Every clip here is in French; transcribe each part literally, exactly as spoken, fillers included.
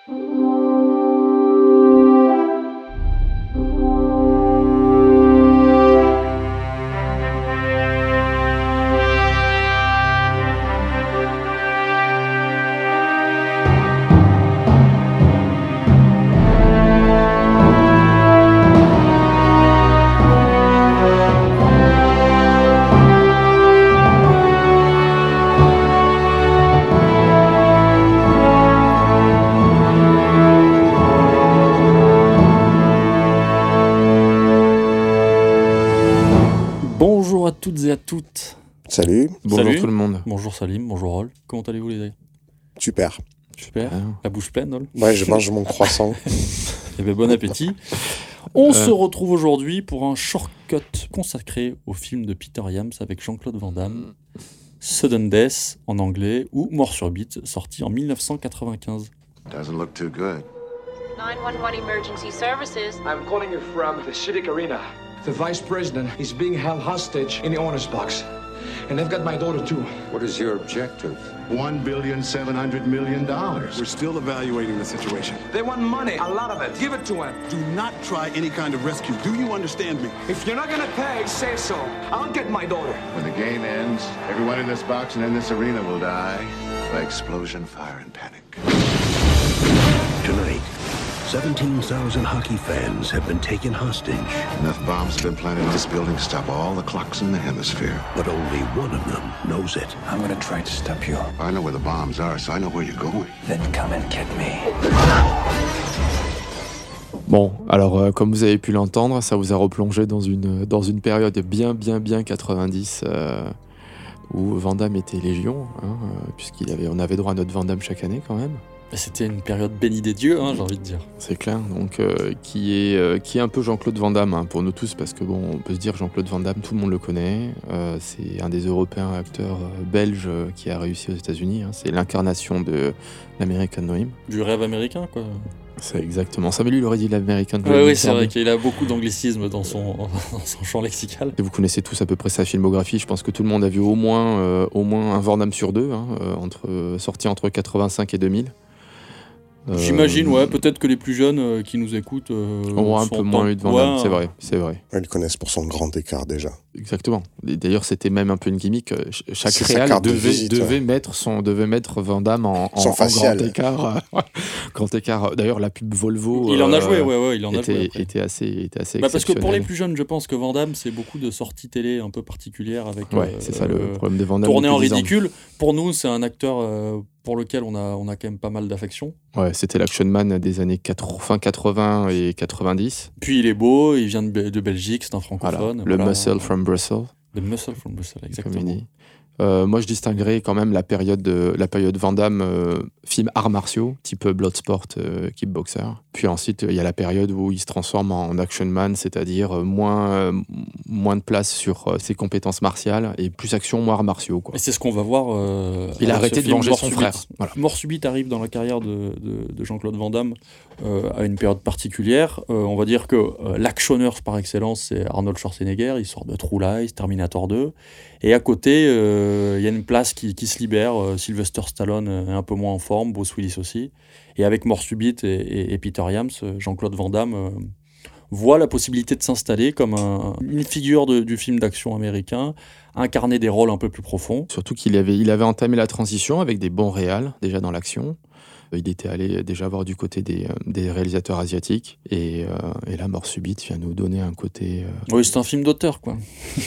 Bonjour à toutes et à toutes. Salut. Bonjour Salut. tout le monde. Bonjour Salim, bonjour Rol. Comment allez-vous les gars? Super. Super. Ah. La bouche pleine, Rol. Ouais, je mange mon croissant. Eh bien, bon appétit. On Euh. se retrouve aujourd'hui pour un shortcut consacré au film de Peter Iams avec Jean-Claude Van Damme, Sudden Death en anglais ou Mort subite, sorti en dix-neuf cent quatre-vingt-quinze. Doesn't look too good. nine one one Emergency Services. I'm calling you from the Civic Arena. The vice president is being held hostage in the owner's box. And they've got my daughter too. What is your objective? One billion seven hundred million dollars. We're still evaluating the situation. They want money, a lot of it. Give it to them. Do not try any kind of rescue. Do you understand me? If you're not gonna pay, say so. I'll get my daughter. When the game ends, everyone in this box and in this arena will die by explosion, fire, and panic. Tonight, seventeen thousand hockey fans have been taken hostage. Enough bombs have been planted in this building to stop all the clocks in the hemisphere. But only one of them knows it. I'm gonna try to stop you. I know where the bombs are, so I know where you're going. Then come and get me. Bon, alors euh, comme vous avez pu l'entendre, ça vous a replongé dans une, dans une période bien, bien, bien quatre-vingt-dix euh, où Van Damme était légion, hein, euh, puisqu'il avait, on avait droit à notre Van Damme chaque année quand même. C'était une période bénie des dieux, hein, j'ai envie de dire. C'est clair, donc euh, qui, est, euh, qui est un peu Jean-Claude Van Damme hein, pour nous tous, parce que bon, on peut se dire Jean-Claude Van Damme, tout le monde le connaît. Euh, c'est un des Européens acteurs euh, belges euh, qui a réussi aux États-Unis. Hein, c'est l'incarnation de l'American Dream. Du rêve américain, quoi. C'est exactement ça, mais lui il aurait dit l'American Dream. Oui, il oui, me c'est semble. vrai qu'il a beaucoup d'anglicismes dans son, dans son champ lexical. Et vous connaissez tous à peu près sa filmographie. Je pense que tout le monde a vu au moins, euh, au moins un Van Damme sur deux, hein, euh, entre, euh, sorti entre quatre-vingt-cinq et deux mille. Euh, J'imagine, ouais, peut-être que les plus jeunes euh, qui nous écoutent euh, Auront un sont peu moins en- eu de Van Damme, ouais, c'est vrai, c'est vrai. Ils le connaissent pour son grand écart déjà. Exactement. Et d'ailleurs, c'était même un peu une gimmick. euh, ch- Chaque C'est sa réal carte de devait, visite, devait, ouais. mettre son, devait mettre Van Damme en, en, Son en facial. grand écart. euh, grand écart. D'ailleurs, la pub Volvo Il en a euh, joué, ouais, ouais, il en a était, joué. après. était assez, était assez Bah parce que pour les exceptionnel. plus jeunes, je pense que Van Damme, c'est beaucoup de sorties télé un peu particulières avec. Ouais, euh, c'est ça le euh, problème de Van Damme. tourné en depuis dix ans. ridicule. Pour nous, c'est un acteur euh, pour lequel on a, on a quand même pas mal d'affection. Ouais, c'était l'Action Man des années quatre- fin quatre-vingts et quatre-vingt-dix. Puis il est beau, il vient de, Be- de Belgique, c'est un Voilà, francophone. le voilà. Muscle from Brussels. The Muscle from Brussels, comme exactement. il dit. Euh, moi, je distinguerais quand même la période, de, la période Van Damme, euh, film arts martiaux, type Bloodsport, euh, Kickboxer. Puis ensuite, il y a la période où il se transforme en action man, c'est-à-dire euh, moins, euh, moins de place sur euh, ses compétences martiales et plus action, moins arts martiaux. Quoi. Et c'est ce qu'on va voir. euh, Il a avec arrêté ce de film, venger Mort son subite. frère. Voilà. Mort subite arrive dans la carrière de, de, de Jean-Claude Van Damme euh, à une période particulière. Euh, on va dire que euh, l'actionneur par excellence, c'est Arnold Schwarzenegger. Il sort de True Lies, Terminator deux. Et à côté, il euh, y a une place qui, qui se libère. Euh, Sylvester Stallone est un peu moins en forme, Bruce Willis aussi. Et avec Mort subite et, et, et Peter Iams, Jean-Claude Van Damme euh, voit la possibilité de s'installer comme un, une figure de, du film d'action américain, incarner des rôles un peu plus profonds. Surtout qu'il avait, il avait entamé la transition avec des bons réals, déjà dans l'action. Il était allé déjà voir du côté des, euh, des réalisateurs asiatiques. Et, euh, et là, Mort subite vient nous donner un côté... euh, Oui, c'est un film d'auteur, quoi.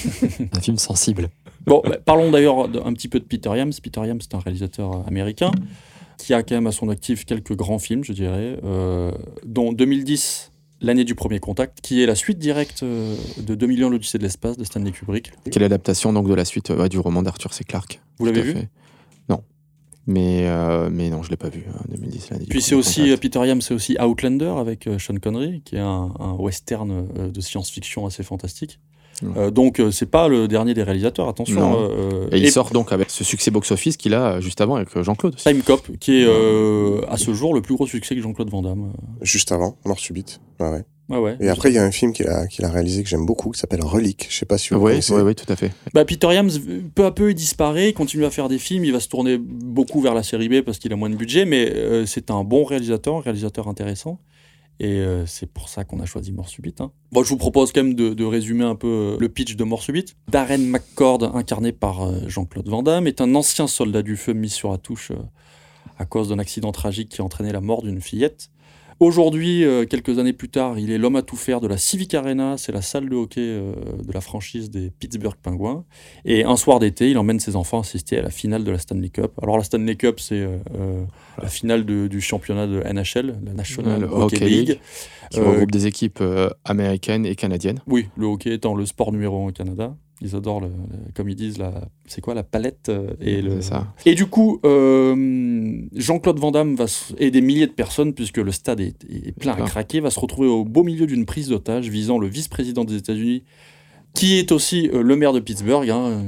un film sensible. Bon, bah, parlons d'ailleurs d- un petit peu de Peter Iams. Peter Iams, c'est un réalisateur euh, américain qui a quand même à son actif quelques grands films, je dirais, euh, dont deux mille dix, l'année du premier contact, qui est la suite directe euh, de deux mille un, l'Odyssée de l'espace de Stanley Kubrick. Quelle adaptation donc de la suite euh, ouais, du roman d'Arthur C. Clarke. Vous Tout l'avez à vu fait. Non. Mais, euh, mais non, je ne l'ai pas vu, hein, deux mille dix. l'année du Puis c'est premier aussi, contact. euh, Peter Iams, c'est aussi Outlander avec euh, Sean Connery, qui est un, un western euh, de science-fiction assez fantastique. Ouais. Euh, donc euh, c'est pas le dernier des réalisateurs, attention. Non. euh, Et il et sort donc avec ce succès box-office qu'il a euh, juste avant avec euh, Jean-Claude aussi. Time Cop, qui est euh, à ce jour le plus gros succès que Jean-Claude Van Damme. Juste avant, Mort subite. Ouais, ouais. Ouais, ouais. Et après, il y a un film qu'il a, qu'il a réalisé que j'aime beaucoup, qui s'appelle Relique. Je sais pas si vous Oui, connaissez. oui, oui, tout à fait. Bah, Peter Iams, peu à peu, il disparaît, il continue à faire des films, il va se tourner beaucoup vers la série B parce qu'il a moins de budget, mais euh, c'est un bon réalisateur, un réalisateur intéressant. Et euh, c'est pour ça qu'on a choisi Mort Subite. Hein. Bon, je vous propose quand même de, de résumer un peu euh, le pitch de Mort Subite. Darren McCord, incarné par euh, Jean-Claude Van Damme, est un ancien soldat du feu mis sur la touche euh, à cause d'un accident tragique qui a entraîné la mort d'une fillette. Aujourd'hui, euh, quelques années plus tard, il est l'homme à tout faire de la Civic Arena, c'est la salle de hockey euh, de la franchise des Pittsburgh Penguins. Et un soir d'été, il emmène ses enfants assister à la finale de la Stanley Cup. Alors la Stanley Cup, c'est euh, euh, la finale de, du championnat de N H L, la National Le Hockey, Hockey League. League, qui Euh, regroupe des équipes euh, américaines et canadiennes. Oui, le hockey étant le sport numéro un au Canada. Ils adorent, le, le- comme ils disent, la, c'est quoi, la palette euh, et le. C'est ça. Et du coup, euh, Jean-Claude Van Damme va se- et des milliers de personnes, puisque le stade est, est plein à Plein. craquer, va se retrouver au beau milieu d'une prise d'otage visant le vice-président des États-Unis, qui est aussi euh, le maire de Pittsburgh. Hein.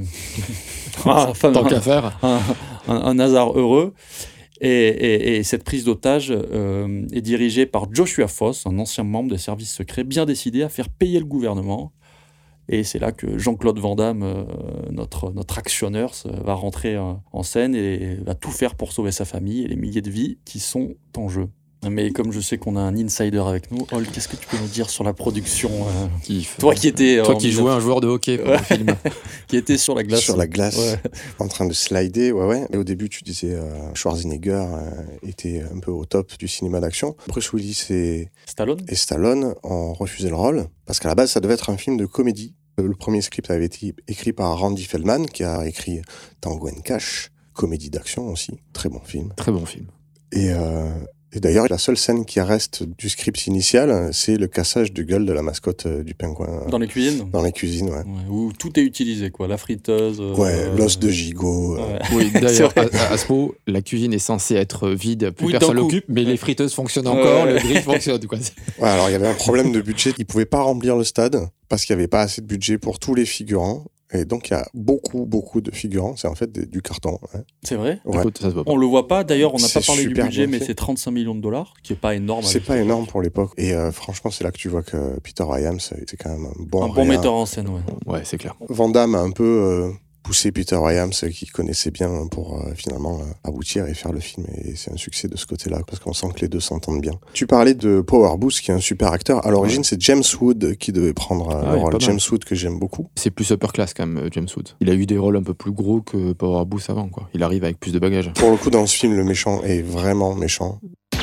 Ah, enfin, Tant un- qu'à faire. un, un- un hasard heureux. Et, et- et cette prise d'otage euh, est dirigée par Joshua Foss, un ancien membre des services secrets, bien décidé à faire payer le gouvernement. Et c'est là que Jean-Claude Van Damme, euh, notre, notre actionneur, se- va rentrer euh, en scène et va tout faire pour sauver sa famille et les milliers de vies qui sont en jeu. Mais comme je sais qu'on a un insider avec nous, Hol, qu'est-ce que tu peux nous dire sur la production euh, Qui- Toi qui étais Toi en qui dix-neuf jouais un joueur de hockey pour Ouais. le film. qui était sur la glace. Sur la glace, Ouais. en train de slider, ouais, ouais. Et au début, tu disais euh, Schwarzenegger euh, était un peu au top du cinéma d'action. Bruce Willis et, Stallone. et Stallone ont refusé le rôle, parce qu'à la base, ça devait être un film de comédie. Le premier script avait été écrit par Randy Feldman, qui a écrit Tango and Cash, comédie d'action aussi, très bon film. Très bon film. Et, euh, et d'ailleurs, la seule scène qui reste du script initial, c'est le cassage de gueule de la mascotte euh, du pingouin Dans les cuisines. dans les cuisines, ouais. Ouais, où tout est utilisé, quoi. La friteuse. euh, Ouais, l'os de gigot. euh, ouais. Oui, C'est d'ailleurs, vrai. à, à ce moment, la cuisine est censée être vide, plus Oui, personne d'un coup. l'occupe, mais Ouais. les friteuses fonctionnent Ouais, encore, ouais. le grill fonctionne. Quoi. Ouais, alors il y avait un problème de budget. Ils pouvaient pas remplir le stade parce qu'il y avait pas assez de budget pour tous les figurants. Et donc il y a beaucoup, beaucoup de figurants. C'est en fait des- du carton. hein. C'est vrai. Ouais. Écoute, ça se voit pas. On le voit pas. D'ailleurs, on n'a C'est pas parlé du super budget, bien mais fait. c'est trente-cinq millions de dollars, qui est pas énorme. à C'est l'époque. pas énorme pour l'époque. Et euh, franchement, c'est là que tu vois que Peter Iams, c'est quand même un bon Un bon réal. metteur en scène, ouais. Ouais, c'est clair. Van Damme a un peu euh, poussé Peter Iams, qui connaissait bien, pour euh, finalement euh, aboutir et faire le film. Et c'est un succès de ce côté-là, parce qu'on sent que les deux s'entendent bien. Tu parlais de Power Booth, qui est un super acteur. À l'origine, Ouais. c'est James Wood qui devait prendre euh, Ah le ouais, rôle. pas mal. James Wood, que j'aime beaucoup. C'est plus upper class quand même, James Woods. Il a eu des rôles un peu plus gros que Power Booth avant. Quoi. Il arrive avec plus de bagages. Pour le coup, dans ce film, le méchant est vraiment méchant.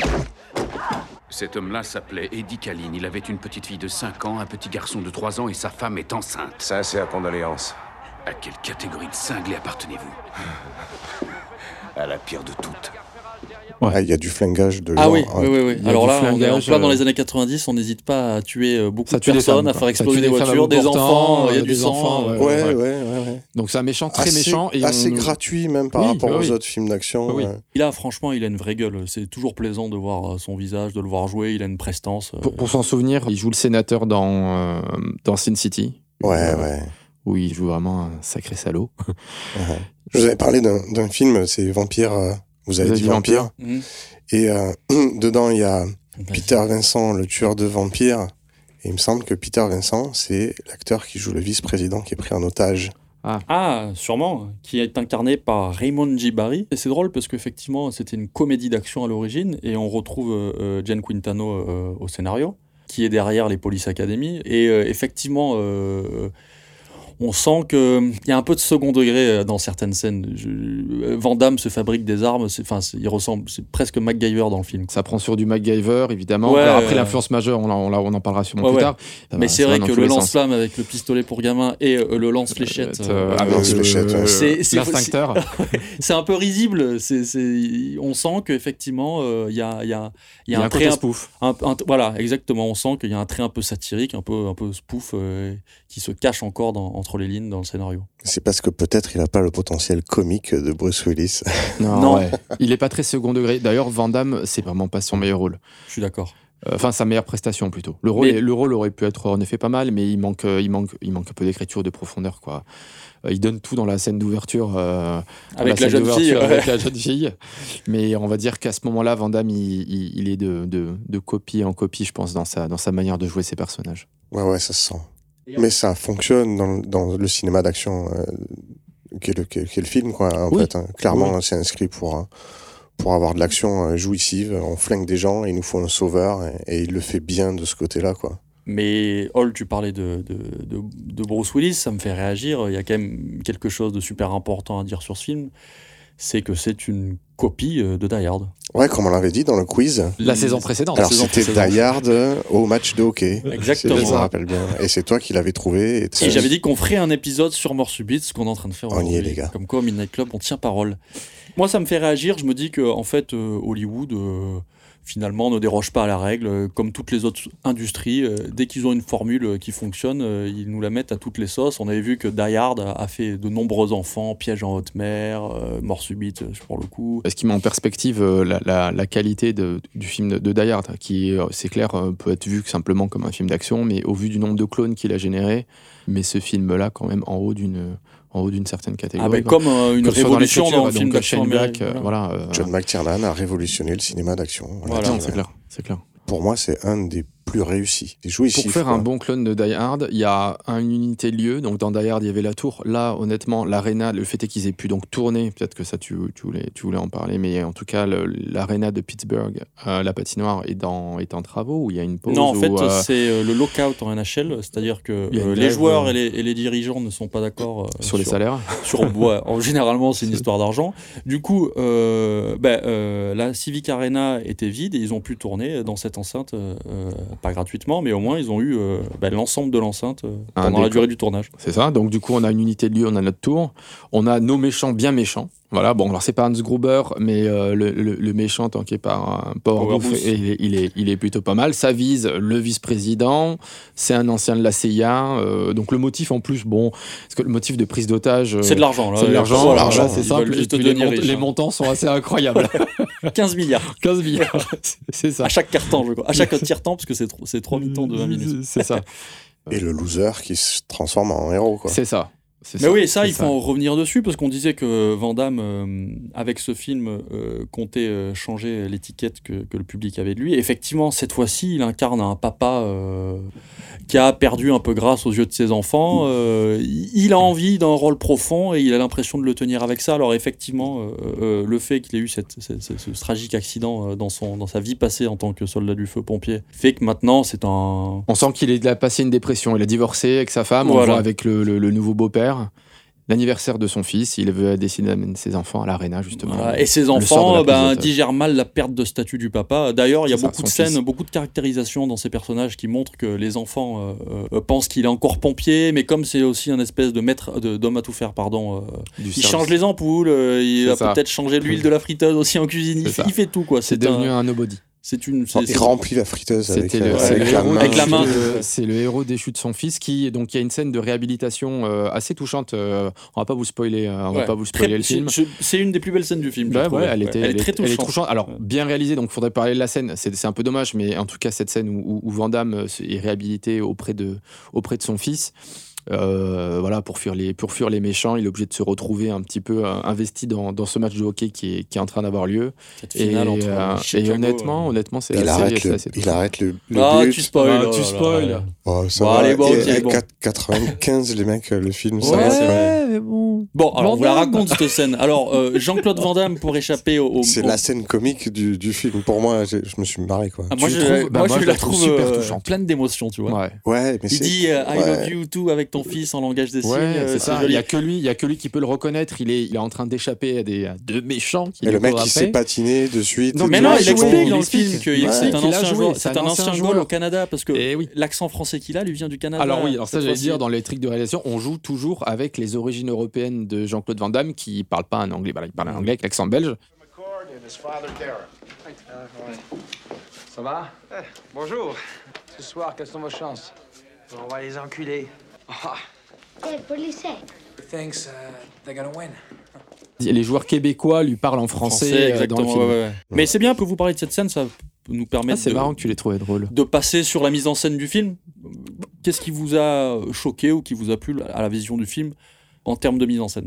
Cet homme-là s'appelait Eddie Calline. Il avait une petite fille de cinq ans, un petit garçon de trois ans et sa femme est enceinte. Sincères condoléances. À quelle catégorie de cinglés appartenez-vous? À la pire de toutes. Ouais. Ah, il y a du flingage de Ah genre, oui, euh, oui, oui, oui. il y a Alors du là, on est en flingage, plein dans euh, les années quatre-vingt-dix, on n'hésite pas à tuer euh, beaucoup Ça de tue des personnes, femmes, à quoi. faire Ça exploser tue des des femmes voitures, des importantes, enfants, il y a euh, du des sang. enfants, euh, ouais. Ouais, ouais, Ouais. ouais, ouais. Donc c'est un méchant très assez, méchant. Et assez on- gratuit même par Oui, rapport bah aux oui. autres films d'action. Oui. euh. Là, franchement, il a une vraie gueule. C'est toujours plaisant de voir euh, son visage, de le voir jouer. Il a une prestance. euh, Pour, pour s'en souvenir, il joue le sénateur dans, euh, dans Sin City. Ouais, Euh, ouais. Où il joue vraiment un sacré salaud. ouais. Je vous avais parlé d'un d'un film, c'est Vampire. euh, Vous avez Vous dit avez dit Vampire. Mhm. Et euh, dedans, il y a Vas-y. Peter Vincent, le tueur de vampires. Et il me semble que Peter Vincent, c'est l'acteur qui joue le vice-président qui est pris en otage. Ah, sûrement, qui est incarné par Raymond J. Barry. Et c'est drôle parce qu'effectivement, c'était une comédie d'action à l'origine, et on retrouve euh, euh, Jane Quintano euh, au scénario, qui est derrière les Police Academy. Et euh, effectivement, euh, on sent qu'il y a un peu de second degré dans certaines scènes. Je, Van Damme se fabrique des armes, c'est, enfin, c'est, il ressemble, c'est presque MacGyver dans le film. Ça prend sur du MacGyver, évidemment. Ouais, Alors après, euh, l'influence majeure, on, en- on, en- on en parlera sûrement Ouais, plus ouais. tard. Ça Mais va- c'est ça va vrai dans que tous le les sens. lance-flamme avec le pistolet pour gamin et euh, le lance-fléchette, Euh, euh, avec lance-fléchette, ouais. C'est- c'est- l'instincteur. c'est un peu risible. C'est, c'est, on sent qu'effectivement, il y a, y a, Il y a un, trait côté un, spoof. un- un- voilà, exactement. On sent qu'il y a un trait un peu satirique, un peu, un peu spoof, euh, qui se cache encore dans, entre les lignes dans le scénario. C'est parce que peut-être il n'a pas le potentiel comique de Bruce Willis. Non, Non. ouais. Il est pas très second degré. D'ailleurs, Van Damme, c'est vraiment pas son meilleur rôle. Je suis d'accord. Enfin, sa meilleure prestation plutôt. Le rôle, Mais- est- le rôle aurait pu être en effet pas mal, mais il manque, euh, il manque, il manque un peu d'écriture, de profondeur, quoi. Euh, Il donne tout dans la scène d'ouverture. euh, dans Avec la scène jeune d'ouverture fille, ouais. Avec la jeune fille. Mais on va dire qu'à ce moment-là, Van Damme, il, il- il est de, de, de copie en copie, je pense, dans sa, dans sa manière de jouer ses personnages. Ouais, ouais, ça se sent. Mais ça fonctionne dans, le- dans le cinéma d'action euh, qu'est, le, qu'est, qu'est le film, quoi, en Oui. fait. Hein. Clairement, Oui. c'est inscrit pour, euh, pour avoir de l'action euh, jouissive. On flingue des gens, il nous faut un sauveur, et, et il le fait bien de ce côté-là, quoi. Mais Hall, tu parlais de, de, de, de Bruce Willis, ça me fait réagir. Il y a quand même quelque chose de super important à dire sur ce film, c'est que c'est une copie euh, de Die Hard. Ouais, comme on l'avait dit dans le quiz. La saison précédente. Alors, la saison c'était précédente. Die Hard euh, au match de hockey. Exactement. Je me rappelle bien. Et c'est toi qui l'avais trouvé. Et, Et j'avais dit qu'on ferait un épisode sur Mort Subite, ce qu'on est en train de faire On y aujourd'hui. est, les gars. Comme quoi, au Midnight Club, on tient parole. Moi, ça me fait réagir. Je me dis que, en fait, euh, Hollywood, euh, finalement, ne déroge pas à la règle. Euh, Comme toutes les autres industries, euh, dès qu'ils ont une formule euh, qui fonctionne, euh, ils nous la mettent à toutes les sauces. On avait vu que Die Hard a, a fait de nombreux enfants, Piège en haute mer, euh, Mort Subite, euh, pour le coup. Ce qui met en perspective euh, la, la, la qualité de, du film de, de Die Hard, qui, euh, c'est clair, euh, peut être vu que simplement comme un film d'action, mais au vu du nombre de clones qu'il a généré, mais ce film-là, quand même, en haut d'une, en haut d'une certaine catégorie. Ah ben, quoi. comme euh, une Que ce soit dans les révolution dans, cultures, le film donc, d'action Shane Black, américain. euh, voilà, euh, John McTiernan a révolutionné le cinéma d'action. Voilà, non, Ouais. c'est clair, c'est clair. Pour moi, c'est un des plus réussis. Des jouissifs, Pour faire quoi. un bon clone de Die Hard, il y a un- une unité de lieu. Donc dans Die Hard, il y avait la tour. Là, honnêtement, l'arena, le fait est qu'ils aient pu donc tourner, peut-être que ça tu, tu, voulais, tu voulais en parler, mais en tout cas, le- l'arena de Pittsburgh, euh, la patinoire, est, dans, est en travaux, où il y a une pause. Non, en où, fait, euh, c'est euh, le lockout en N H L, c'est-à-dire que Il y a une euh, les grève, joueurs euh, et, les, et les dirigeants ne sont pas d'accord euh, sur les salaires. Sur, ouais, en- généralement, c'est une histoire d'argent. Du coup, euh, ben, euh, la Civic Arena était vide et ils ont pu tourner dans cette enceinte, euh, euh, pas gratuitement, mais au moins ils ont eu euh, ben, l'ensemble de l'enceinte euh, Un pendant la décor. durée du tournage. C'est ça. Donc, du coup, on a une unité de lieu, on a notre tour. On a nos méchants bien méchants. Voilà. Bon, alors, c'est pas Hans Gruber, mais euh, le, le, le méchant, tanké par un Power Power Booth, Booth. il, est- il, est, il est plutôt pas mal. Ça vise le vice-président. C'est un ancien de la C I A. euh, donc, le motif, en plus, bon, parce que le motif de prise d'otage. euh, C'est de l'argent. Là, C'est de l'argent. Voilà, L'argent, voilà, c'est ils simple. veulent Et juste te puis les, devenir mont- riche, les hein. montants sont assez incroyables. quinze milliards quinze milliards. C'est ça. à chaque quart-temps, je crois. À chaque tiers-temps, parce que c'est tro- c'est trois mi-temps de vingt minutes. C'est ça. Et le loser qui se transforme en héros, quoi. C'est ça. C'est Mais ça. oui, ça, C'est il faut en revenir dessus, parce qu'on disait que Van Damme, euh, avec ce film, euh, comptait euh, changer l'étiquette que, que le public avait de lui. Effectivement, cette fois-ci, il incarne un papa euh, qui a perdu un peu grâce aux yeux de ses enfants. Euh, il a envie d'un rôle profond et il a l'impression de le tenir avec ça. Alors effectivement, euh, euh, le fait qu'il ait eu cette, cette- cette- ce tragique accident euh, dans, son, dans sa vie passée en tant que soldat du feu pompier fait que maintenant, c'est un... On sent qu'il est- il a passé une dépression. Il a divorcé avec sa femme. On Voilà. le voit avec le, le- le nouveau beau-père. L'anniversaire de son fils. Il veut décider d'amener ses enfants à l'aréna, justement. Voilà. Et ses Le sort de enfants la ben, prise d'otage. digèrent mal la perte de statut du papa. D'ailleurs, il y a C'est ça, beaucoup de son scènes, fils. beaucoup de caractérisations dans ces personnages qui montrent que les enfants euh, euh, pensent qu'il est encore pompier, mais comme c'est aussi un espèce de maître, de- d'homme à tout faire, pardon, euh, Du il service. change les ampoules, euh, il C'est va ça. peut-être changer l'huile de la friteuse aussi en cuisine, il C'est fait, ça. il fait tout, quoi. C'est devenu un, un nobody. c'est une, Non, c'est- il c'est- remplit la friteuse avec, C'était euh, le, c'est avec le la héros main. Avec la déchu main. de- C'est le héros déchu de son fils qui, donc il y a une scène de réhabilitation euh, assez touchante. euh, on va pas vous spoiler, euh, on ouais. va pas vous Très- spoiler le film. je- je- C'est une des plus belles scènes du film. j'ai Bah trouvé. ouais, elle, était, elle est elle très elle est touchante. touchante. Alors, Ouais. bien réalisée, donc il faudrait parler de la scène. C'est c'est un peu dommage, mais en tout cas, cette scène où, où, où Van Damme euh, est réhabilité auprès de, auprès de son fils, euh, voilà, pour fuir, les, pour fuir les méchants, il est obligé de se retrouver un petit peu euh, investi dans, dans ce match de hockey qui est, qui est en train d'avoir lieu. Cette Et, finale entre euh, Chicago, et honnêtement, euh, honnêtement, c'est Il assez, arrête c'est le, assez il touchant. arrête le, le Ah, but. tu spoil. Ah, oh tu là spoil. là. Oh, ça Bon, va. allez, bon, Et- ok, et bon. quatre- quatre-vingt-quinze, les mecs, le film, ça Ouais, va, c'est quoi. vrai. mais bon. Bon, alors on vous la Van Damme. raconte cette scène. Alors, euh, Jean-Claude Van Damme, pour échapper au. au- C'est au- la scène comique du, du film. Pour moi, j'ai- je me suis marré, quoi. Ah, moi, Tu je, trouves moi, Bah, moi, je je la la trouve trouve super euh, touchante. pleine d'émotions, tu vois. Ouais. Ouais, mais Il c'est... dit euh, I ouais. love you too avec ton fils en langage des signes. Ouais, euh, c'est ça. Il joli. y a que lui, il y a que lui qui peut le reconnaître. Il est, il est en train d'échapper à des à deux méchants qui Et lui le mec, courent il après. s'est patiné de suite. Non, Mais Il non, a il joué, explique il dans le explique. film que Ouais, c'est un qu'il a ancien joué, joueur, c'est c'est un un ancien ancien joueur. goal au Canada parce que Eh oui. l'accent français qu'il a lui vient du Canada. Alors oui, alors ça cette j'allais fois-ci. dire, dans les trucs de réalisation, on joue toujours avec les origines européennes de Jean-Claude Van Damme qui parle pas un anglais, bah, il parle un anglais avec l'accent belge. Ça va Bonjour. Ce soir, quelles sont vos chances On va les enculer. Hey, police. Thanks, uh, they're gonna win. Les joueurs québécois lui parlent en Français, français, euh, dans le exactement. film. ouais, ouais, ouais. Mais c'est bien que vous parliez de cette scène, ça, nous permettre ah, c'est de, marrant que tu les trouvais drôles. de passer sur la mise en scène du film. Qu'est-ce qui vous a choqué ou qui vous a plu à la vision du film en termes de mise en scène ?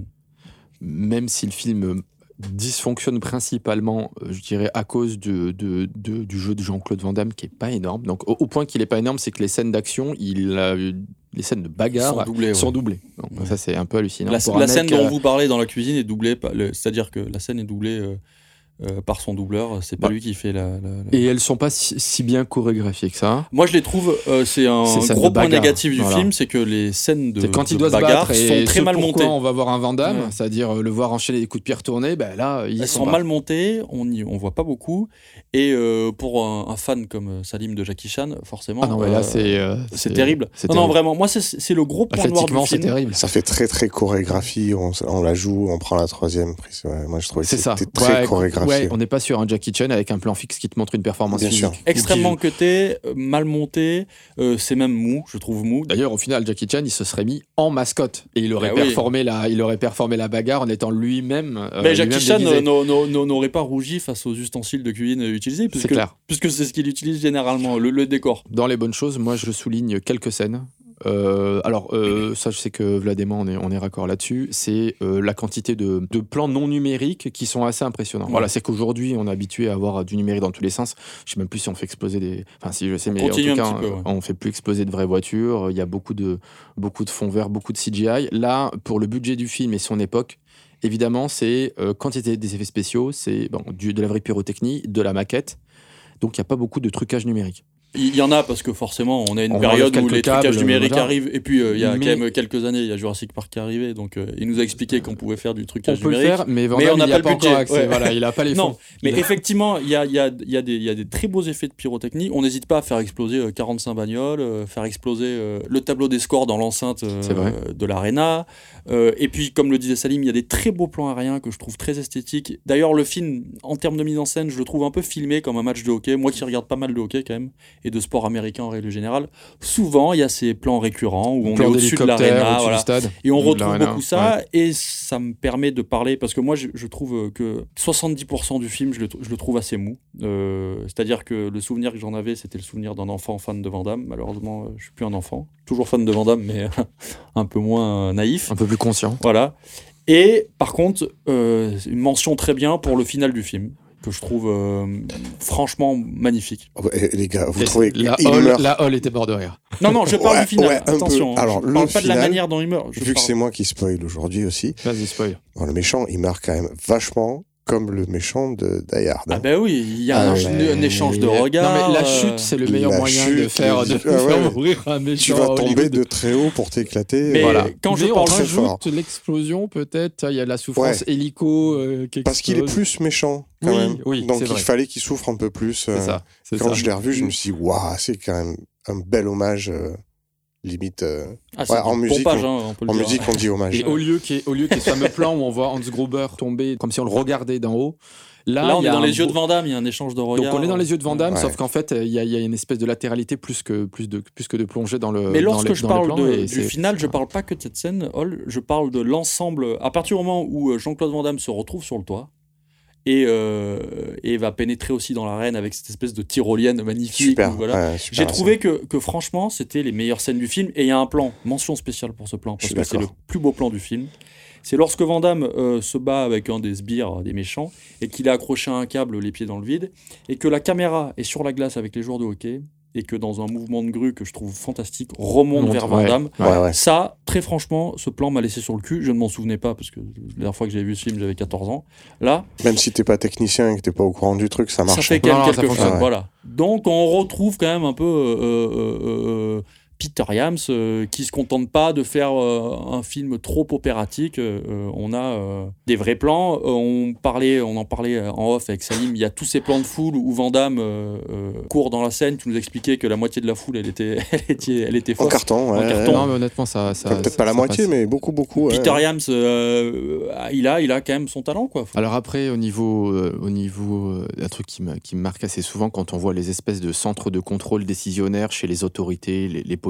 Même si le film dysfonctionne principalement, je dirais, à cause de, de, de, du jeu de Jean-Claude Van Damme qui est pas énorme. Donc, au, au point qu'il est pas énorme, c'est que les scènes d'action, il a, les scènes de bagarre sont doublées. Sont ouais. doublées. Donc, ouais. Ça, c'est un peu hallucinant. La, Pour la un scène mec, dont euh... vous parlez dans la cuisine est doublée, par le, c'est-à-dire que la scène est doublée euh, euh, par son doubleur. C'est pas bah. lui qui fait la. la, la... Et elles sont pas si, si bien chorégraphiées que ça. Moi, je les trouve. Euh, c'est un gros point négatif du voilà. film, c'est que les scènes de, c'est quand de il doit bagarre se battre sont très mal montées. On va voir un Van Damme, ouais. c'est-à-dire le voir enchaîner des coups de pied retournés. Ben là, ils elles sont, sont mal montées. On y, on voit pas beaucoup. Et euh, pour un, un fan comme Salim de Jackie Chan, forcément. Ah non, mais là, euh, c'est, euh, c'est, c'est terrible. C'est non, terrible. non, vraiment. Moi, c'est, c'est le gros point noir du film. C'est terrible. Ça fait très très chorégraphie. On, on la joue, on prend la troisième prise. Ouais, moi, je trouvais c'est que ça. c'était très ouais, chorégraphié. Ouais, on n'est pas sur un Jackie Chan avec un plan fixe qui te montre une performance Bien physique. sûr. Extrêmement cuté, euh, mal monté, euh, c'est même mou, je trouve mou. D'ailleurs, au final, Jackie Chan, il se serait mis en mascotte et il aurait, bah performé, oui. la, il aurait performé la bagarre en étant lui-même. Euh, Mais Jackie Chan déguisé. n'aurait pas rougi face aux ustensiles de cuisine utilisés, puisque c'est, clair. puisque c'est ce qu'il utilise généralement, le, le décor. Dans les bonnes choses, moi, je souligne quelques scènes. Euh, alors, euh, ça, je sais que Vlad et moi, on est, on est raccord là-dessus. C'est euh, la quantité de, de plans non numériques qui sont assez impressionnants. Ouais. Voilà, c'est qu'aujourd'hui, on est habitué à avoir du numérique dans tous les sens. Je sais même plus si on fait exploser des. Enfin, si je sais, mais en tout cas, peu, ouais. on fait plus exploser de vraies voitures. Il y a beaucoup de, beaucoup de fonds verts, beaucoup de C G I. Là, pour le budget du film et son époque, évidemment, c'est euh, quantité des effets spéciaux, c'est bon, du, de la vraie pyrotechnie, de la maquette. Donc, il n'y a pas beaucoup de trucage numérique. Il y en a parce que forcément on a une on période où les câbles, trucages numériques voilà. arrivent et puis euh, il y a mais... quand même quelques années il y a Jurassic Park qui est arrivé donc euh, il nous a expliqué qu'on pouvait faire du trucage on peut numérique le faire, mais, mais on n'a pas, pas le budget accès, ouais. Voilà, il n'a pas les fonds non mais il effectivement il y a, y, a, y, a des, y a des très beaux effets de pyrotechnie. On n'hésite pas à faire exploser euh, quarante-cinq bagnoles, euh, faire exploser euh, le tableau des scores dans l'enceinte euh, de l'Arena euh, et puis comme le disait Salim, il y a des très beaux plans aériens que je trouve très esthétiques. D'ailleurs le film en termes de mise en scène je le trouve un peu filmé comme un match de hockey, moi qui regarde pas mal de hockey quand même et de sport américain en règle générale. Souvent, il y a ces plans récurrents où on est au-dessus de l'aréna, voilà, stade, et on retrouve beaucoup ça, ouais. et ça me permet de parler, parce que moi, je, je trouve que soixante-dix pour cent du film, je le, je le trouve assez mou. Euh, c'est-à-dire que le souvenir que j'en avais, c'était le souvenir d'un enfant fan de Van Damme. Malheureusement, je suis plus un enfant, toujours fan de Van Damme, mais un peu moins naïf. Un peu plus conscient. Voilà. Et par contre, euh, une mention très bien pour le final du film, que je trouve euh, franchement magnifique. Oh, et les gars, vous et trouvez la qu'il hall, meurt... La hall était mort de rire. Non, non, je parle ouais, du final, ouais, attention. Alors, je le parle pas final, de la manière dont il meurt. Je vu parle... que c'est moi qui spoil aujourd'hui aussi, vas-y, spoil. Bon, le méchant, il meurt quand même vachement comme le méchant de Die Hard. Ah bah oui, il y a ah un, ouais. un échange de regards. Non mais la chute, c'est le meilleur moyen chute, de faire, de ah faire ouais. mourir un méchant. Tu vas tomber de très haut pour t'éclater. Mais voilà. Quand mais je on parle rajoute l'explosion, peut-être, il y a la souffrance ouais. hélico euh, qui Parce qu'il est plus méchant quand oui, même. Oui, donc il vrai. fallait qu'il souffre un peu plus. Euh, c'est ça, c'est quand ça. je l'ai revu, je me suis dit, waouh, c'est quand même un bel hommage. Euh, limite euh, ah, ouais, en musique pompage, on, hein, on, en musique on dit hommage. Et au lieu qu'il y ait, au lieu qu'il y ait ce fameux plan où on voit Hans Gruber tomber comme si on le regardait d'en haut, là, là on est dans les yeux de Van Damme, il y a un échange de regards. Donc on est dans les yeux de Van Damme, ouais. sauf qu'en fait il y, y a une espèce de latéralité plus que plus de plus que de plongée dans le. Mais lorsque dans les, je dans parle plans, de, du final, je parle pas que de cette scène, Hall, je parle de l'ensemble. À partir du moment où Jean-Claude Van Damme se retrouve sur le toit. Et, euh, et va pénétrer aussi dans l'arène avec cette espèce de tyrolienne magnifique. Super, où, voilà. ouais, super J'ai trouvé que, que franchement, c'était les meilleures scènes du film. Et il y a un plan, mention spéciale pour ce plan, parce que c'est le plus beau plan du film. C'est lorsque Van Damme euh, se bat avec un des sbires des méchants et qu'il a accroché à un câble les pieds dans le vide et que la caméra est sur la glace avec les joueurs de hockey et que dans un mouvement de grue que je trouve fantastique, remonte Monte, vers Van ouais, Damme. Ouais, ouais. Ça, très franchement, ce plan m'a laissé sur le cul. Je ne m'en souvenais pas parce que la dernière fois que j'avais vu ce film, j'avais quatorze ans. Là, même si t'es pas technicien et que t'es pas au courant du truc, ça marche. Ça fait quand même non, quelque non, chose. ouais. Voilà. Donc on retrouve quand même un peu euh, euh, euh, Peter Yams euh, qui se contente pas de faire euh, un film trop opératique. Euh, on a euh, des vrais plans. Euh, on parlait, on en parlait en off avec Salim. Il y a tous ces plans de foule où Van Damme euh, euh, court dans la scène. Tu nous expliquais que la moitié de la foule, elle était, elle était, elle était fausse. En carton, ouais. En carton. Non, mais honnêtement, ça, ça enfin, peut-être ça, pas la ça moitié, passe. mais beaucoup, beaucoup. Peter ouais. Yams, euh, il a, il a quand même son talent, quoi. Alors après, au niveau, euh, au niveau, euh, un truc qui me, qui me marque assez souvent quand on voit les espèces de centres de contrôle décisionnaire chez les autorités, les, les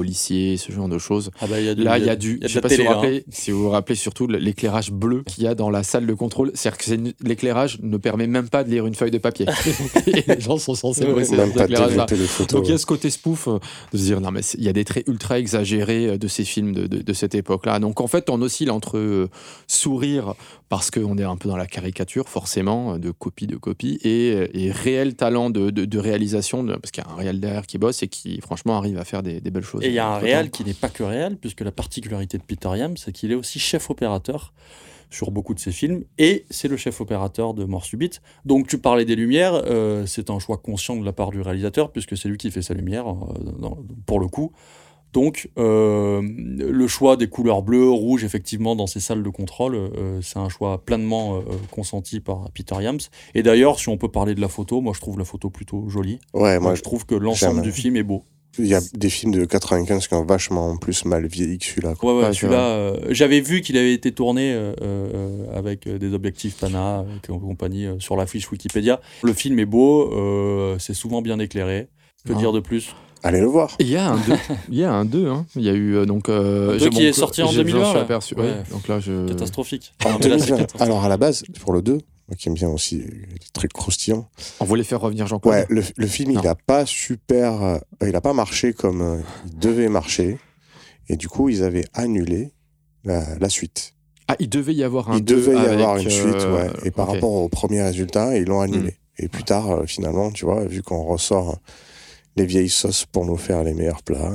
policiers, ce genre de choses. Ah bah, y a du, Là, il y a du. Y a je sais pas télé, si vous vous rappelez, hein. si vous vous rappelez surtout l'éclairage bleu qu'il y a dans la salle de contrôle. C'est-à-dire que c'est une- l'éclairage ne permet même pas de lire une feuille de papier. Et les gens sont censés bosser Même dans pas cet éclairage-là. développer les photos. Donc il y a ce côté spoof euh, de se dire non mais c'est- il y a des traits ultra exagérés euh, de ces films de, de, de cette époque-là. Donc en fait on oscille entre euh, sourire parce qu'on est un peu dans la caricature forcément euh, de copie de copie et, et réel talent de, de, de réalisation de- parce qu'il y a un réel derrière qui bosse et qui franchement arrive à faire des, des belles choses. Et il y a un Entre réal temps. qui n'est pas que réel, puisque la particularité de Peter Yam, c'est qu'il est aussi chef opérateur sur beaucoup de ses films, et c'est le chef opérateur de Mort Subite. Donc tu parlais des lumières, euh, c'est un choix conscient de la part du réalisateur, puisque c'est lui qui fait sa lumière, euh, dans- pour le coup. Donc euh, le choix des couleurs bleues, rouges, effectivement, dans ces salles de contrôle, euh, c'est un choix pleinement euh, consenti par Peter Yams. Et d'ailleurs, si on peut parler de la photo, moi je trouve la photo plutôt jolie. Ouais, moi je trouve que l'ensemble j'aime. du film est beau. Il y a des films de quatre-vingt-quinze qui ont vachement plus mal vieilli que celui-là. quoi. Ouais, ouais, Ouais, celui-là, euh, j'avais vu qu'il avait été tourné euh, euh, avec euh, des objectifs Pana euh, et compagnie euh, sur la fiche Wikipédia. Le film est beau, euh, c'est souvent bien éclairé. Que Ah. dire de plus? Allez le voir. Il y a un deux. Il y a un deux. Hein. Il y a eu euh, donc. Euh, Un deux j'ai- qui bon, est sorti en j'ai- deux mille vingt, J'en suis là. aperçu. Ouais. Ouais. Donc là, je. Catastrophique. En Non, mais là, c'est deux mille vingt. catastrophique. Alors à la base, pour le deux, moi qui aime bien aussi les trucs croustillants, On voulait faire revenir Jean-Claude. ouais, le, le film Non. il a pas super, euh, il a pas marché comme euh, il devait marcher, et du coup ils avaient annulé la, la suite. Ah, il devait y avoir un. Il devait y deux avoir avec, une suite, euh, ouais, et par ok. rapport au premier résultat, ils l'ont annulé. Et plus tard, euh, finalement, tu vois, vu qu'on ressort les vieilles sauces pour nous faire les meilleurs plats,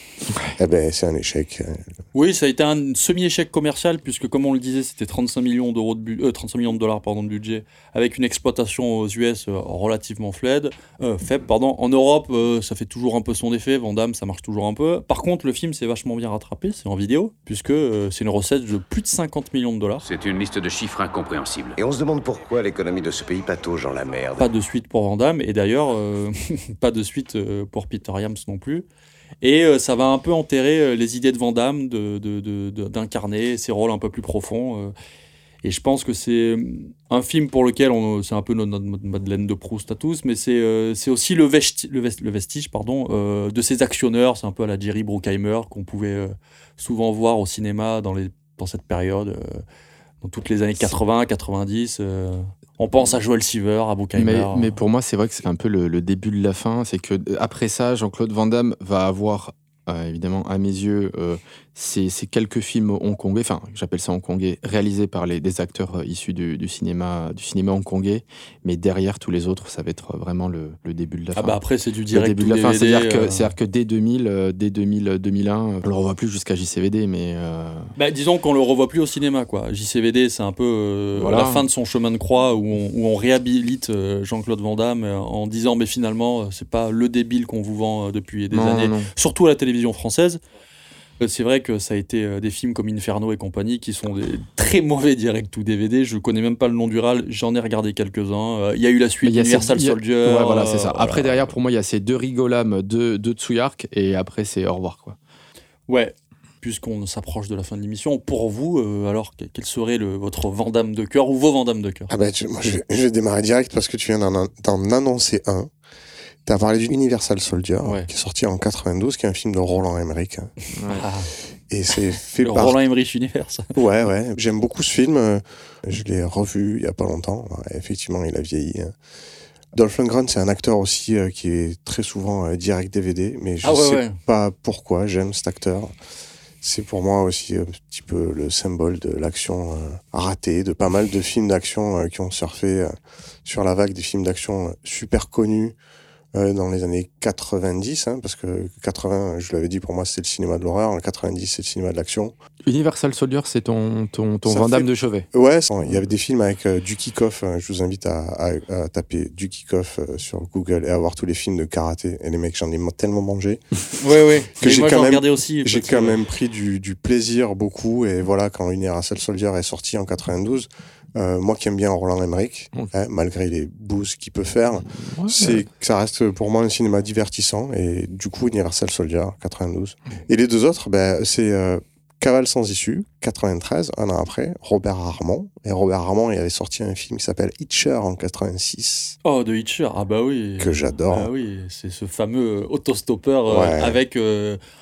eh ben c'est un échec. Oui, ça a été un semi-échec commercial, puisque comme on le disait, c'était trente-cinq millions d'euros de bu- euh, trente-cinq millions de dollars pardon, de budget, avec une exploitation aux U S euh, relativement faible, euh, faible. Pardon. En Europe, euh, ça fait toujours un peu son effet. Van Damme, ça marche toujours un peu. Par contre, le film s'est vachement bien rattrapé, c'est en vidéo, puisque euh, c'est une recette de plus de cinquante millions de dollars. C'est une liste de chiffres incompréhensibles. Et on se demande pourquoi l'économie de ce pays patauge dans la merde. Pas de suite pour Van Damme, et d'ailleurs, euh, pas de suite euh, pour Peter Yams non plus. Et euh, ça va un peu enterrer euh, les idées de Van Damme de, de, de, de- d'incarner ses rôles un peu plus profonds. euh. Et je pense que c'est un film pour lequel on, c'est un peu notre, notre Madeleine de Proust à tous, mais c'est, euh, c'est aussi le, vesti, le, vest, le vestige pardon, euh, de ces actionneurs. C'est un peu à la Jerry Bruckheimer qu'on pouvait euh, souvent voir au cinéma dans, les, dans cette période, euh, dans toutes les années quatre-vingts, quatre-vingt-dix. Euh. On pense à Joel Silver, à Bruckheimer. Mais, mais pour moi, c'est vrai que c'est un peu le, le début de la fin. C'est que euh, après ça, Jean-Claude Van Damme va avoir, euh, évidemment, à mes yeux, euh, ces, ces quelques films hongkongais, enfin, j'appelle ça hongkongais, réalisés par les, des acteurs euh, issus du, du cinéma, du cinéma hongkongais. Mais derrière tous les autres, ça va être vraiment le, le début de la Ah fin. bah après, c'est du Le direct début de ou la fin, D V D, c'est-à-dire que, euh. c'est-à-dire que dès deux mille, euh, dès deux mille, deux mille un, on le revoit plus jusqu'à J C V D, mais euh, Bah, disons qu'on le revoit plus au cinéma, quoi. J C V D, c'est un peu euh, Voilà. la fin de son chemin de croix où on, où on réhabilite euh, Jean-Claude Van Damme euh, en disant, mais finalement, euh, c'est pas le débile qu'on vous vend euh, depuis des non, années, non, non. surtout à la télévision française. Euh, C'est vrai que ça a été euh, des films comme Inferno et compagnie qui sont des très mauvais direct ou D V D. Je connais même pas le nom du R A L, j'en ai regardé quelques-uns. Euh, Il y a eu la suite Mais il y a Universal cette- il y a- Soldier. Ouais, voilà, c'est ça. euh, Après, voilà. derrière, pour moi, il y a ces deux rigolames de, de Tsuyark, et après, c'est au revoir, quoi. Ouais, puisqu'on s'approche de la fin de l'émission, pour vous, euh, alors, que- quel serait le, votre Van Damme de cœur ou vos Van Damme de cœur? Ah ben, tu- moi, je vais, je vais démarrer direct parce que tu viens d'en, d'en annoncer un. T'as parlé du Universal Soldier, Ouais. qui est sorti en quatre-vingt-douze, qui est un film de Roland Emmerich. hein. Ah, Et c'est fait le par... Roland Emmerich Universe. Ouais, ouais. J'aime beaucoup ce film. euh, Je l'ai revu il y a pas longtemps. Ouais, effectivement, il a vieilli. hein. Dolph Lundgren, c'est un acteur aussi euh, qui est très souvent euh, direct D V D, mais je Ah ouais, sais ouais. pas pourquoi j'aime cet acteur. C'est pour moi aussi un petit peu le symbole de l'action euh, ratée, de pas mal de films d'action euh, qui ont surfé euh, sur la vague des films d'action euh, super connus euh, dans les années quatre-vingt-dix, hein, parce que quatre-vingts, je l'avais dit, pour moi, c'est le cinéma de l'horreur. En quatre-vingt-dix, c'est le cinéma de l'action. Universal Soldier, c'est ton, ton, ton Ça Van Damme fait- de chevet. Ouais, il y avait des films avec euh, Duki Koff. euh, je vous invite à, à, à taper Duki Koff euh, sur Google et à voir tous les films de karaté. Et les mecs, j'en ai tellement mangé Ouais, ouais. que Mais j'ai moi, quand j'en même, regardais aussi. j'ai parce quand que- même pris du, du plaisir beaucoup. Et voilà, quand Universal Soldier est sorti en quatre-vingt-douze, euh, moi qui aime bien Roland Emmerich, Ok. hein, malgré les bouses qu'il peut faire, Ouais, c'est que ça reste pour moi un cinéma divertissant. Et du coup, Universal Soldier, quatre-vingt-douze. Et les deux autres, ben, c'est euh, Cavale sans issue, quatre-vingt-treize, un an après, Robert Armand. Et Robert Armand, il avait sorti un film qui s'appelle Hitcher en quatre-vingt-six, Oh, de Hitcher, ah bah oui. que j'adore. Ah oui, c'est ce fameux autostoppeur euh, Ouais. avec euh,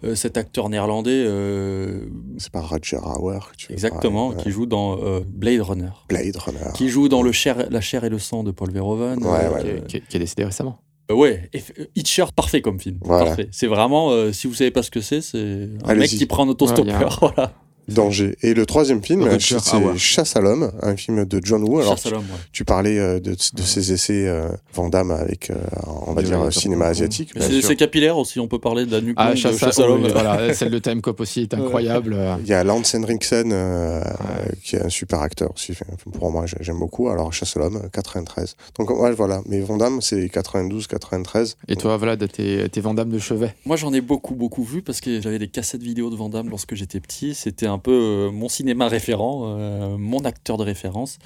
euh, cet acteur néerlandais. Euh... C'est pas Roger Hauer que tu veux Exactement, parler, qui ouais. joue dans euh, Blade Runner. Blade Runner. Qui joue dans le chair, La chair et le sang de Paul Verhoeven. Ouais, euh, ouais, qui, ouais. est, qui, est, qui est décédé récemment. Euh, ouais, et, euh, Hitcher, parfait comme film. Voilà. Parfait. C'est vraiment, euh, si vous savez pas ce que c'est, c'est un Allez-y. mec qui prend un autostoppeur. Ouais, y a un- Voilà. Danger. Et le troisième film, Roger c'est Hauer. Chasse à l'homme, un film de John Woo. Alors, Chasse à l'homme, ouais. tu parlais euh, de, de ses essais euh, Van Damme avec, euh, on va Du dire, réalisateur cinéma Hong Kong. asiatique. Mais bien c'est, sûr. c'est capillaire aussi, on peut parler de la nuque Ah, longue de chasse à, Chasse à l'homme. oui, voilà, celle de Time Cop aussi est incroyable. Il y a Lance Henriksen, euh, ouais. qui est un super acteur aussi. Enfin, pour moi, j'aime beaucoup. Alors, Chasse à l'homme, quatre-vingt-treize. Donc, ouais, voilà. Mais Van Damme, c'est quatre-vingt-douze, quatre-vingt-treize. Et toi, Vlad, t'es, t'es Van Damme de chevet. Moi, j'en ai beaucoup, beaucoup vu parce que j'avais des cassettes vidéo de Van Damme lorsque j'étais petit. C'était un peu euh, mon cinéma référent, euh, mon acteur de référence.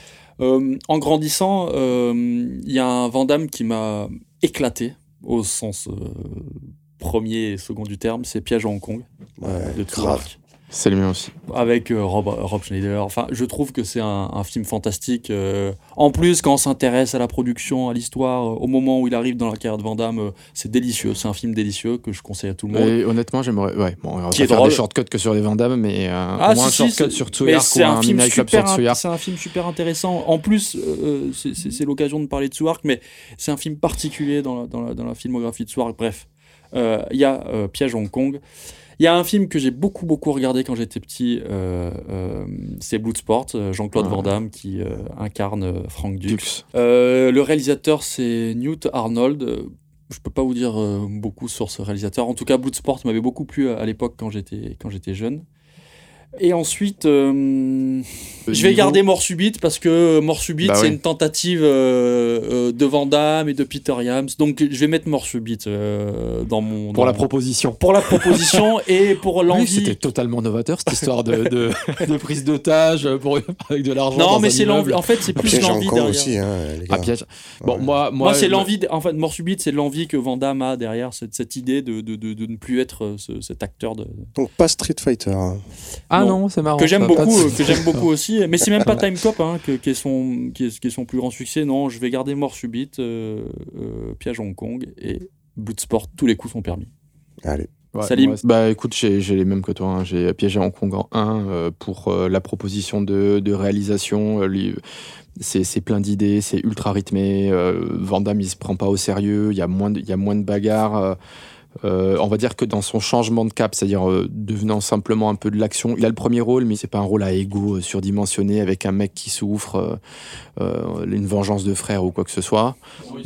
Euh, en grandissant, il euh, y a un Van Damme qui m'a éclaté au sens euh, premier et second du terme. C'est Piège à Hong Kong, Ouais, euh, de grave. Tsouark. C'est le mien aussi. Avec euh, Rob, Rob Schneider. Enfin, je trouve que c'est un, un film fantastique. Euh, en plus, quand on s'intéresse à la production, à l'histoire, euh, au moment où il arrive dans la carrière de Van Damme, euh, c'est délicieux. C'est un film délicieux que je conseille à tout le monde. Et honnêtement, j'aimerais. Ouais, bon, on va Qui pas est faire drôle. des shortcuts que sur les Van Damme, mais euh, Ah, au moins si, un si, shortcut c'est- sur mais Tsouark c'est ou un un film Midnight Club sur super, int- Tsouark. c'est un film super intéressant. En plus, euh, c'est, c'est, c'est l'occasion de parler de Tsouark, mais c'est un film particulier dans la, dans la, dans la filmographie de Tsouark. Bref, il euh, y a euh, Piège à Hong Kong. Il y a un film que j'ai beaucoup, beaucoup regardé quand j'étais petit, euh, euh, c'est Bloodsport, euh, Jean-Claude Ouais. Van Damme qui euh, incarne euh, Frank Dux. Dux. Euh, le réalisateur, c'est Newt Arnold. Euh, Je peux pas vous dire euh, beaucoup sur ce réalisateur. En tout cas, Bloodsport m'avait beaucoup plu à, à l'époque quand j'étais, quand j'étais jeune. Et ensuite, euh, je vais niveau- garder Mort Subite parce que Mort Subite, Bah c'est oui. une tentative euh, euh, de Van Damme et de Peter Yams. Donc, je vais mettre Mort Subite euh, dans mon. Pour dans- la proposition. Pour la proposition et pour Oui, l'envie. c'était totalement novateur cette histoire de, de, de prise d'otage pour, avec de l'argent. Non, dans mais un c'est immeuble. l'envie. En fait, c'est plus Piège à Hong l'envie Kong derrière. aussi, hein, les gars. Ah, piège. Bon, Ouais. moi, moi, Moi, c'est je- l'envie. De- en fait, Mort Subite, c'est l'envie que Van Damme a derrière cette, cette idée de, de, de, de ne plus être euh, ce- cet acteur de, Donc, pas Street Fighter. hein. Ah Non. non, c'est marrant. que j'aime ça, pas de- beaucoup, euh, que j'aime beaucoup aussi. Mais c'est même pas Time Cop hein, que, qui, est son, qui, est, qui est son plus grand succès. Non, je vais garder Mort Subite, euh, euh, Piège à Hong Kong et Bloodsport. Tous les coups sont permis. Allez. Ouais, Salim. moi, bah écoute, j'ai, j'ai les mêmes que toi. hein. J'ai Piégé Hong Kong en un euh, pour euh, la proposition de, de réalisation. euh, lui- c'est, c'est plein d'idées, c'est ultra rythmé. Euh, Van Damme, il se prend pas au sérieux. Il y a moins de, il y a moins de bagarres. euh, euh, on va dire que dans son changement de cap, c'est-à-dire euh, devenant simplement un peu de l'action, il a le premier rôle, mais c'est pas un rôle à ego euh, surdimensionné avec un mec qui souffre, euh, euh, une vengeance de frère ou quoi que ce soit.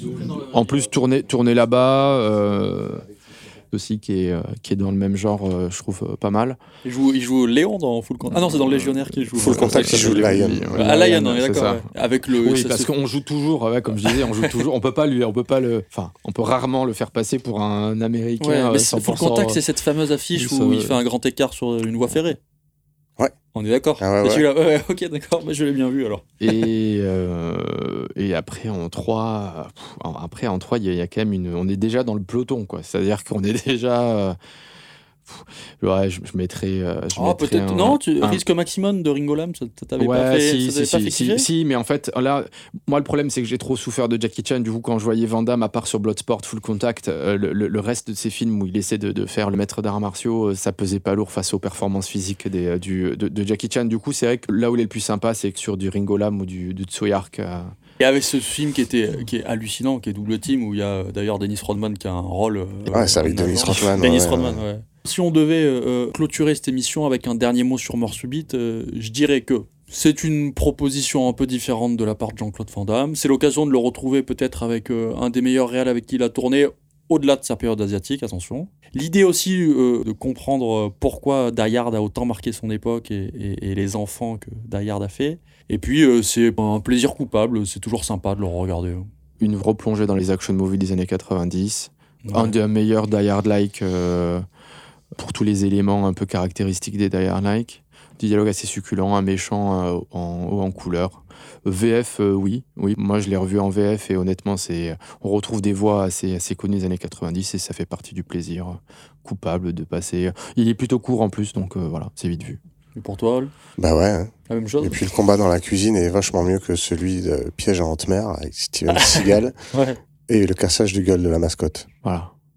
En plus, tourner, tourner là-bas. Euh, aussi qui est, euh, qui est dans le même genre, euh, je trouve euh, pas mal. Il joue, il joue Léon dans Full Contact. Ah non, c'est dans le Légionnaire qu'il joue. Full Contact, il joue Lion. Ah, Lion, on est c'est d'accord. ça. Ouais. Avec le. Oui, ça, parce c'est- qu'on joue toujours, ouais, comme je disais, on joue toujours. On peut pas lui, on peut pas le, enfin, on peut rarement le faire passer pour un Américain. Ouais, euh, mais c'est- cent Full pour cent, Contact, c'est cette fameuse affiche plus, où euh, il fait un grand écart sur une voie ferrée. Ouais. On est d'accord. Ah ouais, C'est ouais. celui-là. Ouais, ouais, ok, d'accord. Mais je l'ai bien vu alors. Et, euh, et après en trois, pff, en- après en trois, il y, a- il y a quand même une, on est déjà dans le peloton, quoi. C'est-à-dire qu'on est déjà, euh, pff, ouais, je, je mettrais, euh, je Oh, mettrais peut-être. un- Non, tu... un- Risque Maximum de Ringo Lam, ça ça t'avait ouais, pas fait, si, ça t'avait si, pas si, fait si, kiffer si, mais en fait, là, moi, le problème, c'est que j'ai trop souffert de Jackie Chan. Du coup, quand je voyais Van Damme, à part sur Bloodsport, Full Contact, euh, le, le- le reste de ces films où il essaie de, de faire le maître d'arts martiaux, euh, ça pesait pas lourd face aux performances physiques des, euh, du, de, de Jackie Chan. Du coup, c'est vrai que là où il est le plus sympa, c'est que sur du Ringo Lam ou du, du Tsouark. euh, Et avec ce film qui, était, qui est hallucinant, qui est Double Team, où il y a euh, d'ailleurs Dennis Rodman qui a un rôle. euh, Ouais, c'est avec en Dennis avant. Rodman, Dennis ouais, Rodman, ouais. Si on devait euh, clôturer cette émission avec un dernier mot sur Mort Subite, euh, je dirais que c'est une proposition un peu différente de la part de Jean-Claude Van Damme. C'est l'occasion de le retrouver peut-être avec euh, un des meilleurs réals avec qui il a tourné, au-delà de sa période asiatique, attention. L'idée aussi euh, de comprendre euh, pourquoi Die Hard a autant marqué son époque et, et- et les enfants que Die Hard a fait. Et puis, euh, c'est un plaisir coupable, c'est toujours sympa de le regarder. une replongée dans les action movies des années quatre-vingt-dix. Ouais. Un des meilleurs Die Hard-like euh, pour tous les éléments un peu caractéristiques des Die Hard-like. Du dialogue assez succulent, un méchant euh, en, en couleur. V F, euh, oui, oui. Moi, je l'ai revu en V F et honnêtement, c'est, on retrouve des voix assez, assez connues des années quatre-vingt-dix et ça fait partie du plaisir coupable de passer. Il est plutôt court en plus, donc euh, voilà, c'est vite vu. Et pour toi, Ol, Bah ouais. hein. la même chose. Et puis le combat dans la cuisine est vachement mieux que celui de Piège en haute mer avec Steven Seagal Ouais. et le cassage de gueule de la mascotte. Voilà.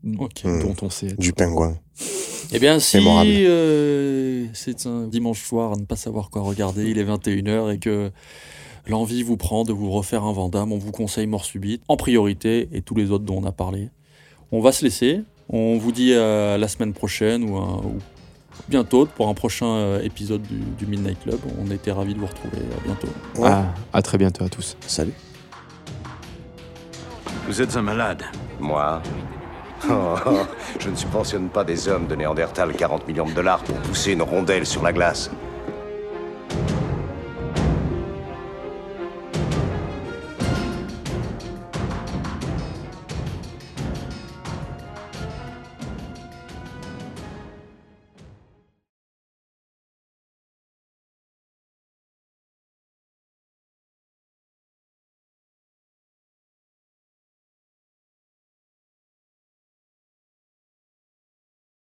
Ok. Mmh. dont on sait être. Du pingouin. Eh bien, si Mémorable. euh, c'est un dimanche soir à ne pas savoir quoi regarder, il est vingt et une heures et que l'envie vous prend de vous refaire un Van Damme, on vous conseille Mort Subite en priorité et tous les autres dont on a parlé. On va se laisser. On vous dit à la semaine prochaine ou, un, ou bientôt pour un prochain euh, épisode du, du Midnight Club. On était ravis de vous retrouver. À bientôt. Ouais. À, à très bientôt à tous. Salut. Vous êtes un malade. Moi oh, oh, je ne subventionne pas des hommes de Néandertal quarante millions de dollars pour pousser une rondelle sur la glace.